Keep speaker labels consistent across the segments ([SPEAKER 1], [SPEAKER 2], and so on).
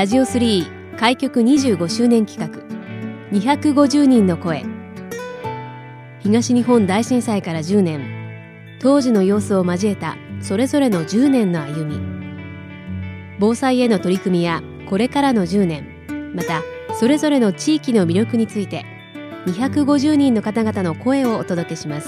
[SPEAKER 1] ラジオ3開局25周年企画250人の声。東日本大震災から10年、当時の様子を交えたそれぞれの10年の歩み、防災への取り組みやこれからの10年、またそれぞれの地域の魅力について250人の方々の声をお届けします。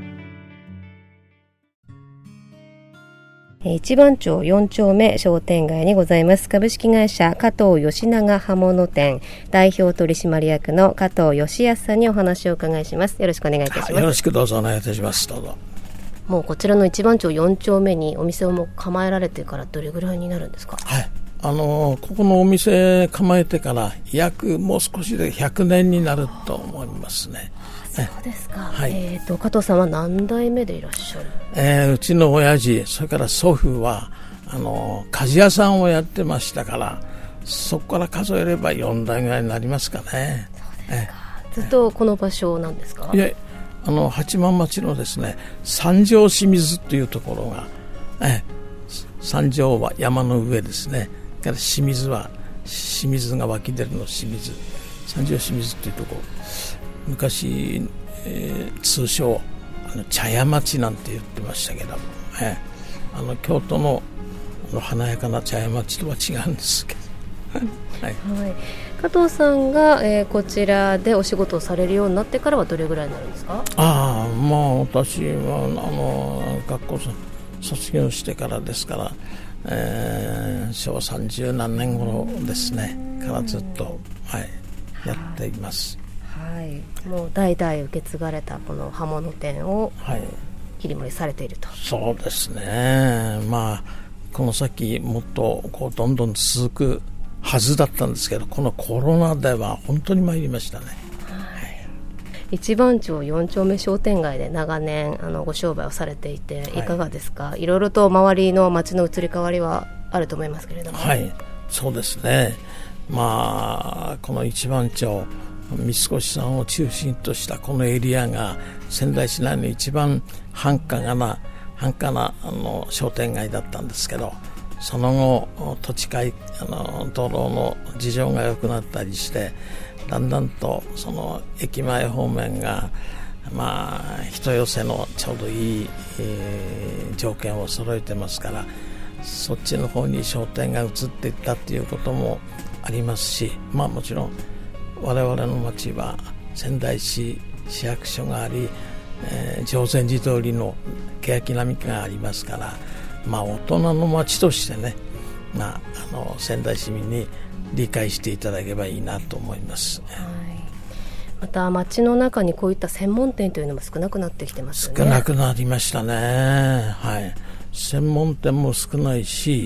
[SPEAKER 1] 一番町4丁目商店街にございます株式会社加藤吉永刃物店代表取締役の加藤義康さんにお話をお伺いします。よろしくお願いいたします。
[SPEAKER 2] よろしくどうぞお願いいたします。どうぞ。
[SPEAKER 1] もうこちらの一番町4丁目にお店をもう構えられてからどれぐらいになるんですか？
[SPEAKER 2] はい、ここのお店構えてから約もう少しで100年になると思いますね。
[SPEAKER 1] そうですか。
[SPEAKER 2] はい、
[SPEAKER 1] 加藤さんは何代目でいらっしゃる？
[SPEAKER 2] うちの親父、それから祖父は鍛冶屋さんをやってましたから、そこから数えれば4代ぐらいになりますかね。
[SPEAKER 1] そうですか。ずっとこの場所なんですか？
[SPEAKER 2] いや、八幡町のですね、三条清水というところが、三条は山の上ですね。から清水は清水が湧き出るの清水、三条清水というところ、昔、通称茶屋町なんて言ってましたけども、京都の華やかな茶屋町とは違うんですけどはい、
[SPEAKER 1] はい、加藤さんが、こちらでお仕事をされるようになってからはどれぐらいになるんですか？
[SPEAKER 2] 私は学校卒業してからですから、昭和30何年頃ですねからずっと、やっています。
[SPEAKER 1] はい、もう代々受け継がれたこの刃物店を切り盛りされていると。
[SPEAKER 2] そうですね。この先もっとどんどん続くはずだったんですけど、このコロナでは本当に参りましたね。
[SPEAKER 1] 一番町4丁目商店街で長年ご商売をされていていかがですか？いろいろと周りの町の移り変わりはあると思いますけれども。
[SPEAKER 2] はい、そうですね。この一番町三越さんを中心としたこのエリアが仙台市内の一番繁華な商店街だったんですけど、その後土地道路の事情が良くなったりしてだんだんとその駅前方面が人寄せのちょうどいい、条件を揃えてますから、そっちの方に商店が移っていったっていうこともありますし、もちろん我々の町は仙台市市役所があり、定禅寺通りの欅並木がありますから、大人の町としてね、仙台市民に理解していただければいいなと思います。
[SPEAKER 1] また町の中にこういった専門店というのも少なくなってきてますよね。
[SPEAKER 2] 少なくなりましたね。専門店も少ないし、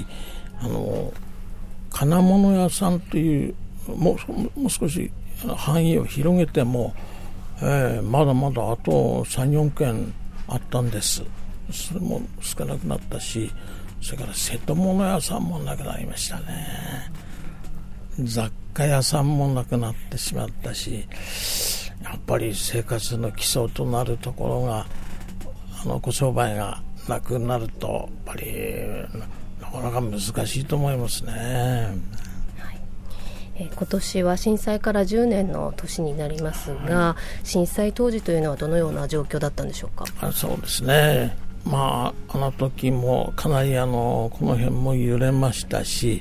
[SPEAKER 2] 金物屋さんというもう少し範囲を広げても、まだまだあと 3,4 軒あったんです。それも少なくなったし、それから瀬戸物屋さんもなくなりましたね。雑貨屋さんもなくなってしまったし、やっぱり生活の基礎となるところがご商売がなくなるとやっぱりなかなか難しいと思いますね。
[SPEAKER 1] 今年は震災から10年の年になりますが、震災当時というのはどのような状況だったんでしょうか？
[SPEAKER 2] そうですね。あの時もかなりこの辺も揺れましたし、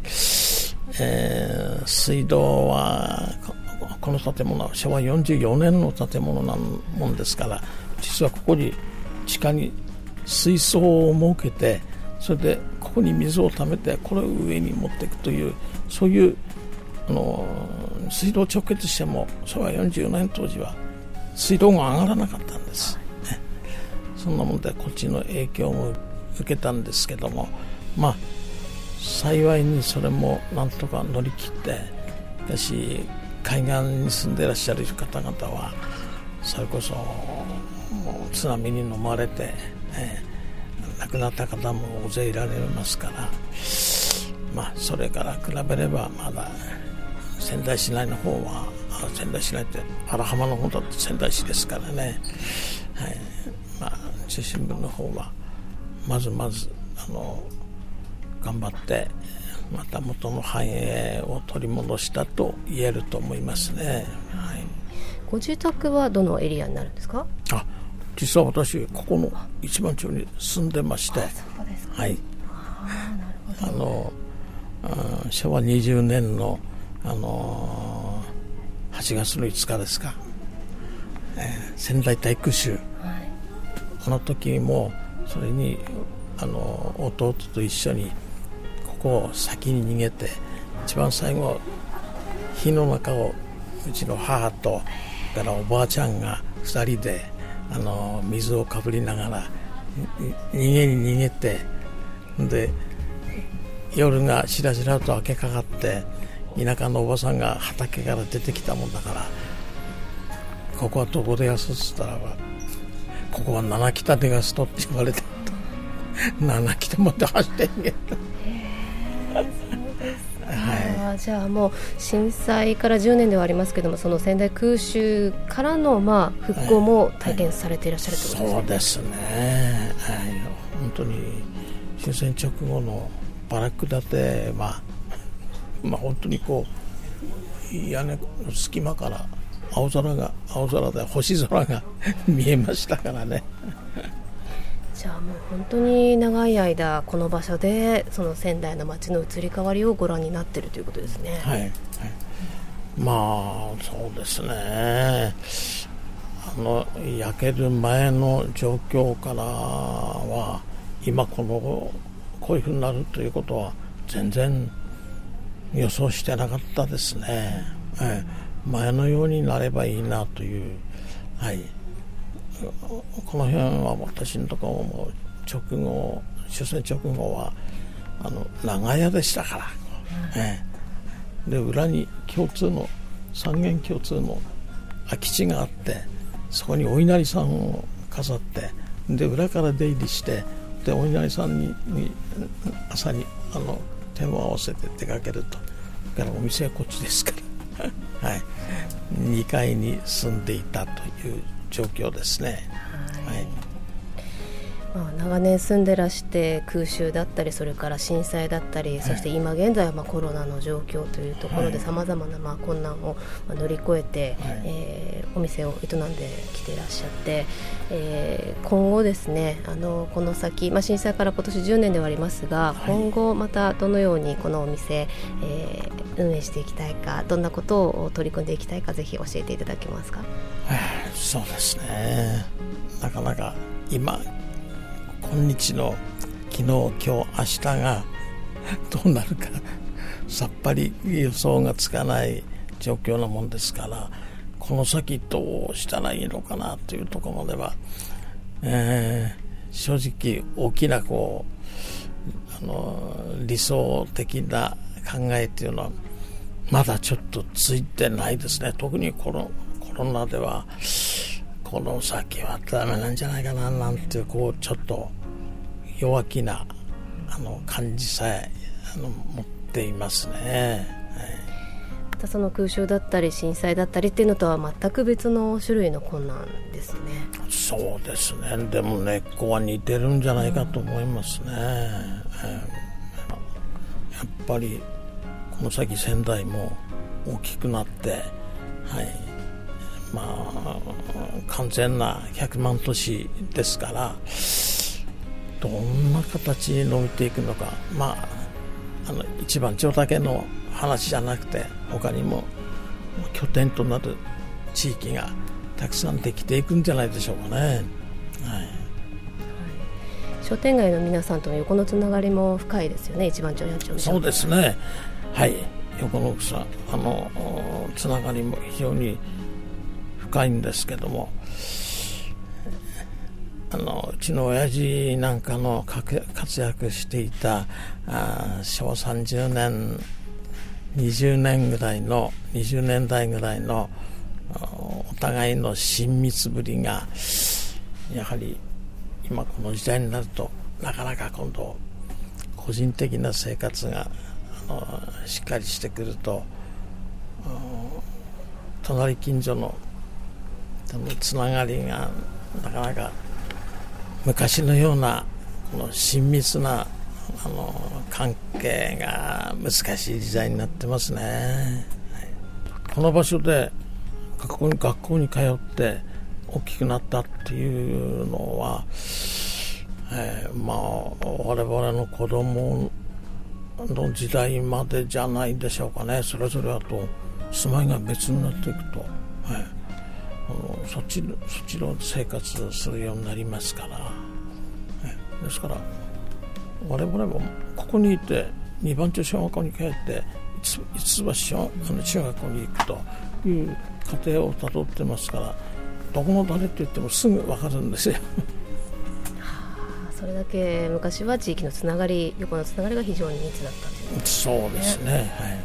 [SPEAKER 2] 水道はこの建物は昭和44年の建物なもんですから、実はここに地下に水槽を設けて、それでここに水をためてこれを上に持っていくという、そういう水道直結しても昭和44年当時は水道が上がらなかったんです、そんなもんでこっちの影響も受けたんですけども、幸いにそれもなんとか乗り切って、だし海岸に住んでいらっしゃる方々はそれこそもう津波に飲まれて、亡くなった方も大勢いられますから、それから比べればまだ仙台市内の方は、仙台市内って荒浜の方だと仙台市ですからね、中心部の方はまず頑張ってまた元の繁栄を取り戻したと言えると思いますね。はい、
[SPEAKER 1] ご自宅はどのエリアになるんですか？
[SPEAKER 2] 実は私ここの一番町に住んでまして、
[SPEAKER 1] そうですか。
[SPEAKER 2] はい、
[SPEAKER 1] なるほど。
[SPEAKER 2] 昭和20年の、8月の5日ですか、仙台大空襲、この時もそれに弟と一緒にここを先に逃げて、一番最後火の中をうちの母とからおばあちゃんが2人で水をかぶりながら逃げて、で夜がしらしらと明けかかって、田舎のおばさんが畑から出てきたもんだから、ここはどこでやすっつったらば、ここは七北でやすとって言われて、七北まで走って逃げた。
[SPEAKER 1] はい、じゃあもう震災から10年ではありますけども、その仙台空襲からの復興も体験されていらっしゃるということですね。
[SPEAKER 2] そうですね、本当に終戦直後のバラック建て、本当に屋根の隙間から青空で星空が見えましたからね。
[SPEAKER 1] じゃあもう本当に長い間この場所でその仙台の街の移り変わりをご覧になっているということですね。
[SPEAKER 2] はい、そうですね。焼ける前の状況からは今こういうふうになるということは全然予想してなかったですね。前のようになればいいなという、この辺は私のところも終戦直後は長屋でしたから、で裏に三軒共通の空き地があって、そこにお稲荷さんを飾って、で裏から出入りして、でお稲荷さんに朝に手を合わせて出かけると。だからお店はこっちですから2階に住んでいたという状況ですね。
[SPEAKER 1] 長年住んでらして空襲だったり、それから震災だったり、そして今現在はコロナの状況というところでさまざまな困難を乗り越えて、お店を営んできていらっしゃって、今後ですね、この先、震災から今年10年ではありますが、今後またどのようにこのお店、運営していきたいか、どんなことを取り組んでいきたいか、ぜひ教えていただけますか？
[SPEAKER 2] そうですね、なかなか今日の昨日今日明日がどうなるかさっぱり予想がつかない状況なもんですから、この先どうしたらいいのかなというところまでは、正直大きな理想的な考えというのはまだちょっとついてないですね。特にコロナではこの先はダメなんじゃないかななんてちょっと弱気な感じさえ持っていますね。
[SPEAKER 1] またその空襲だったり震災だったりっていうのとは全く別の種類の困難ですね。
[SPEAKER 2] そうですね。でも根っこは似てるんじゃないかと思いますね。やっぱりこの先仙台も大きくなって、完全な100万都市ですから、どんな形に伸びていくのか、一番町だけの話じゃなくて、他にも拠点となる地域がたくさんできていくんじゃないでしょうかね。
[SPEAKER 1] 商店街の皆さんとの横のつながりも深いですよね、一番町八丁目。
[SPEAKER 2] そうですね、横のつながりも非常に深いんですけども、うちの親父なんかの活躍していた昭和30年20年代ぐらいのお互いの親密ぶりが、やはり今この時代になるとなかなか今度個人的な生活がしっかりしてくると、隣近所のつながりがなかなか昔のようなこの親密な関係が難しい時代になってますね、はい、この場所で学校に通って大きくなったっていうのは、我々の子供の時代までじゃないでしょうかね。それぞれあと住まいが別になっていくと、そっちの生活するようになりますから、ですから我々もここにいて二番町小学校に帰って五橋中学校に行くという過程をたどってますから、どこの誰って言ってもすぐ分かるんですよ
[SPEAKER 1] それだけ昔は地域のつながり、横のつながりが非常に密だったということですね。
[SPEAKER 2] そうですね、はい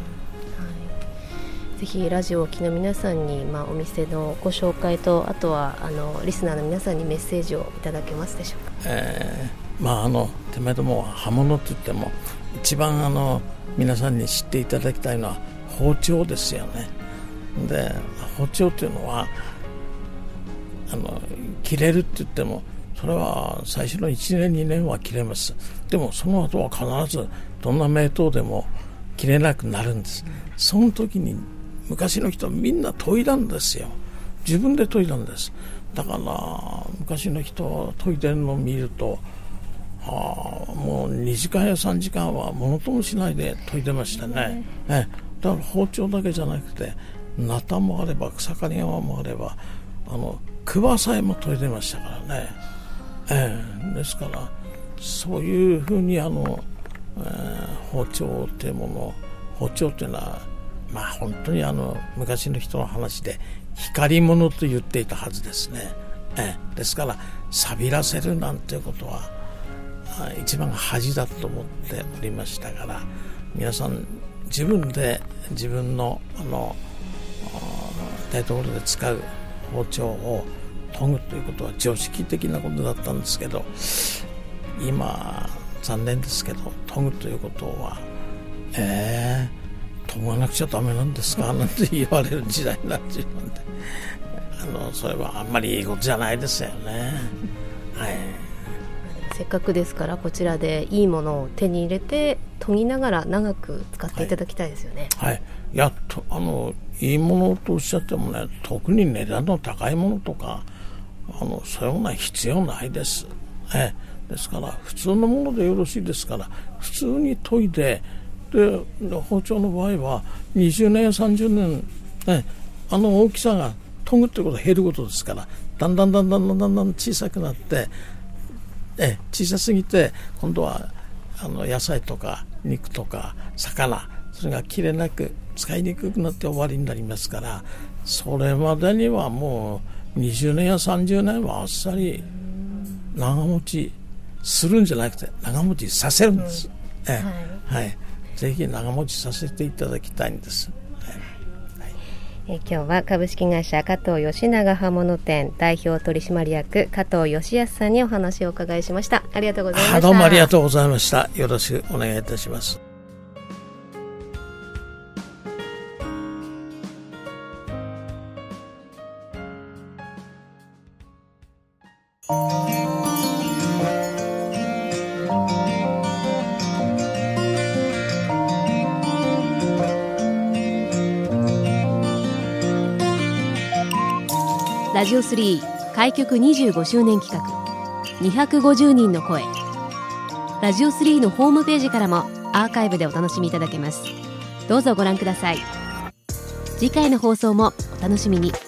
[SPEAKER 1] ぜひラジオを聴きの皆さんに、お店のご紹介と、あとはリスナーの皆さんにメッセージをいただけますでしょうか。
[SPEAKER 2] 手前どもは刃物といっても一番皆さんに知っていただきたいのは包丁ですよね。で包丁というのは切れるって言ってもそれは最初の1年2年は切れます。でもその後は必ずどんな名刀でも切れなくなるんです。その時に昔の人はみんな研いだんですよ。自分で研いだんです。だから昔の人研いでるのを見るともう2時間や3時間はものともしないで研いでましたね。だから包丁だけじゃなくてナタもあれば草刈り山もあればくわさえも研いでましたからね。ですからそういうふうに包丁っていうもの、包丁っていうのは本当に昔の人の話で光り物と言っていたはずですね。ですから錆びらせるなんていうことは一番恥だと思っておりましたから、皆さん自分で自分の台所で使う包丁を研ぐということは常識的なことだったんですけど、今残念ですけど研ぐということは研がなくちゃダメなんですかなんて言われる時代になっているのでそれはあんまりいいことじゃないですよね。
[SPEAKER 1] せっかくですからこちらでいいものを手に入れて研ぎながら長く使っていただきたいですよね。いいものとおっしゃってもね、特に値段の高いものとかそういうものは必要ないです。ですから普通のものでよろしいですから普通に研いで、包丁の場合は20年や30年、大きさが研ぐということは減ることですから、だんだん小さくなって小さすぎて今度は野菜とか肉とか魚、それが切れなく使いにくくなって終わりになりますから、それまでにはもう20年や30年はあっさり長持ちするんじゃなくて長持ちさせるんです。ぜひ長持ちさせていただきたいんです。 今日は株式会社加藤吉永刃物店代表取締役加藤義康さんにお話をお伺いしました。ありがとうございました。
[SPEAKER 2] どうもありがとうございました。よろしくお願いいたします。
[SPEAKER 1] ラジオ3開局25周年企画250人の声。ラジオ3のホームページからもアーカイブでお楽しみいただけます。どうぞご覧ください。次回の放送もお楽しみに。